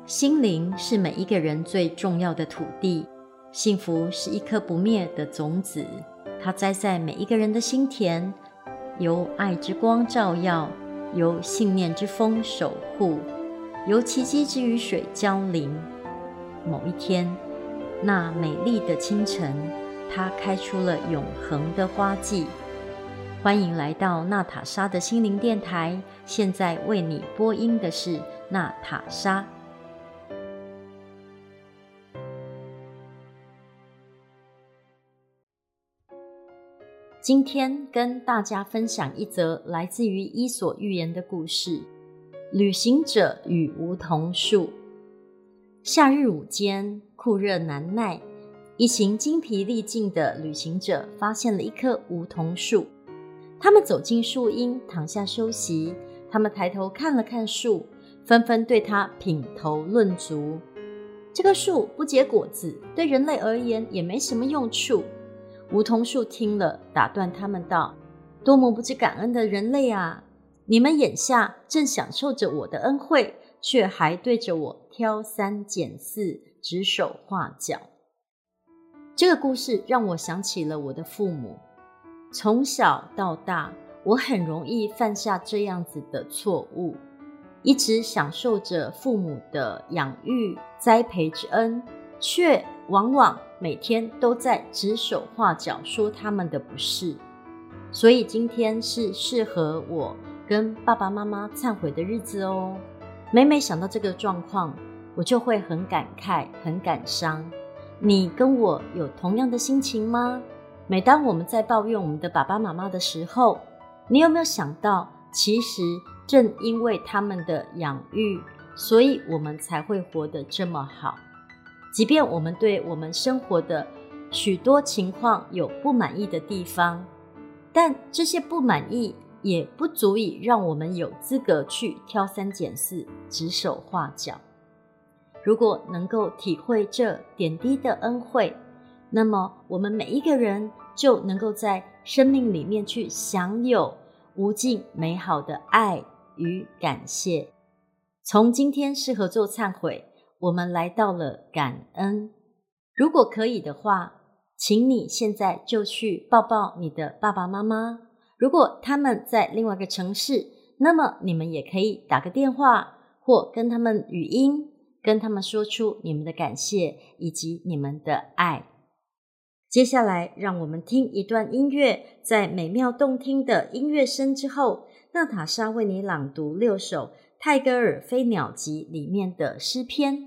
心灵是每一个人最重要的土地，幸福是一颗不灭的种子，它栽在每一个人的心田，由爱之光照耀，由信念之风守护，由奇迹之雨水浇淋。某一天，那美丽的清晨，它开出了永恒的花季。欢迎来到娜塔莎的心灵电台，现在为你播音的是娜塔莎。今天跟大家分享一则来自于伊索寓言的故事，旅行者与梧桐树。夏日午间，酷热难耐，一行精疲力尽的旅行者发现了一棵梧桐树。他们走进树荫，躺下休息。他们抬头看了看树，纷纷对它品头论足。这棵树不结果子，对人类而言也没什么用处。梧桐树听了，打断他们道：多么不知感恩的人类啊！你们眼下正享受着我的恩惠，却还对着我挑三拣四，指手画脚。这个故事让我想起了我的父母。从小到大，我很容易犯下这样子的错误，一直享受着父母的养育栽培之恩，却往往每天都在指手画脚说他们的不是。所以今天是适合我跟爸爸妈妈忏悔的日子哦。每每想到这个状况，我就会很感慨，很感伤。你跟我有同样的心情吗？每当我们在抱怨我们的爸爸妈妈的时候，你有没有想到，其实正因为他们的养育，所以我们才会活得这么好。即便我们对我们生活的许多情况有不满意的地方，但这些不满意也不足以让我们有资格去挑三拣四，指手画脚。如果能够体会这点滴的恩惠，那么我们每一个人就能够在生命里面去享有无尽美好的爱与感谢。从今天适合做忏悔，我们来到了感恩。如果可以的话，请你现在就去抱抱你的爸爸妈妈。如果他们在另外一个城市，那么你们也可以打个电话，或跟他们语音，跟他们说出你们的感谢以及你们的爱。接下来让我们听一段音乐，在美妙动听的音乐声之后，娜塔莎为你朗读6首泰戈尔飞鸟集里面的诗篇。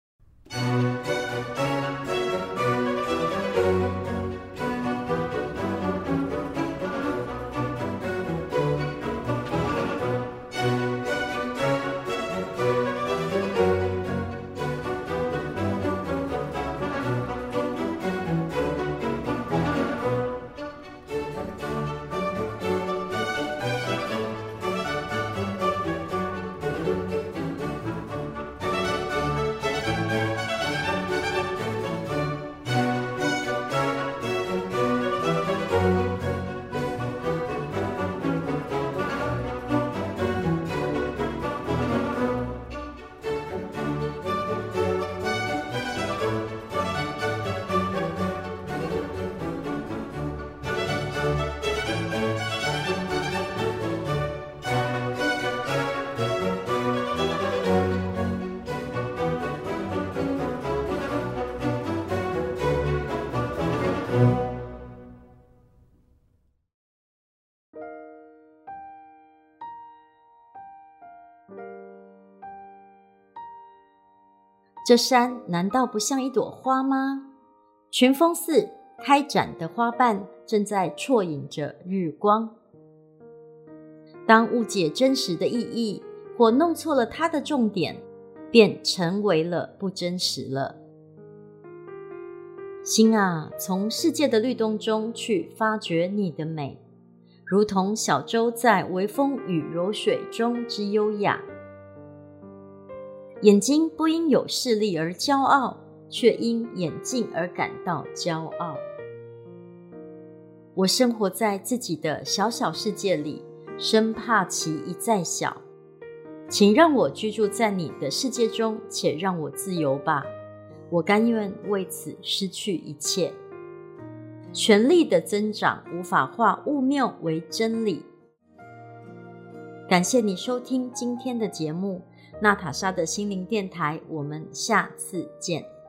这山难道不像一朵花吗？群峰寺开展的花瓣正在啜饮着日光。当误解真实的意义，或弄错了它的重点，便成为了不真实了。心啊，从世界的律动中去发掘你的美，如同小舟在微风与柔水中之优雅。眼睛不因有视力而骄傲，却因眼镜而感到骄傲。我生活在自己的小小世界里，生怕其一再小。 请让我居住在你的世界中，且让我自由吧，我甘愿为此失去一切。权力的增长无法化误谬为真理。感谢你收听今天的节目，娜塔莎的心灵电台，我们下次见。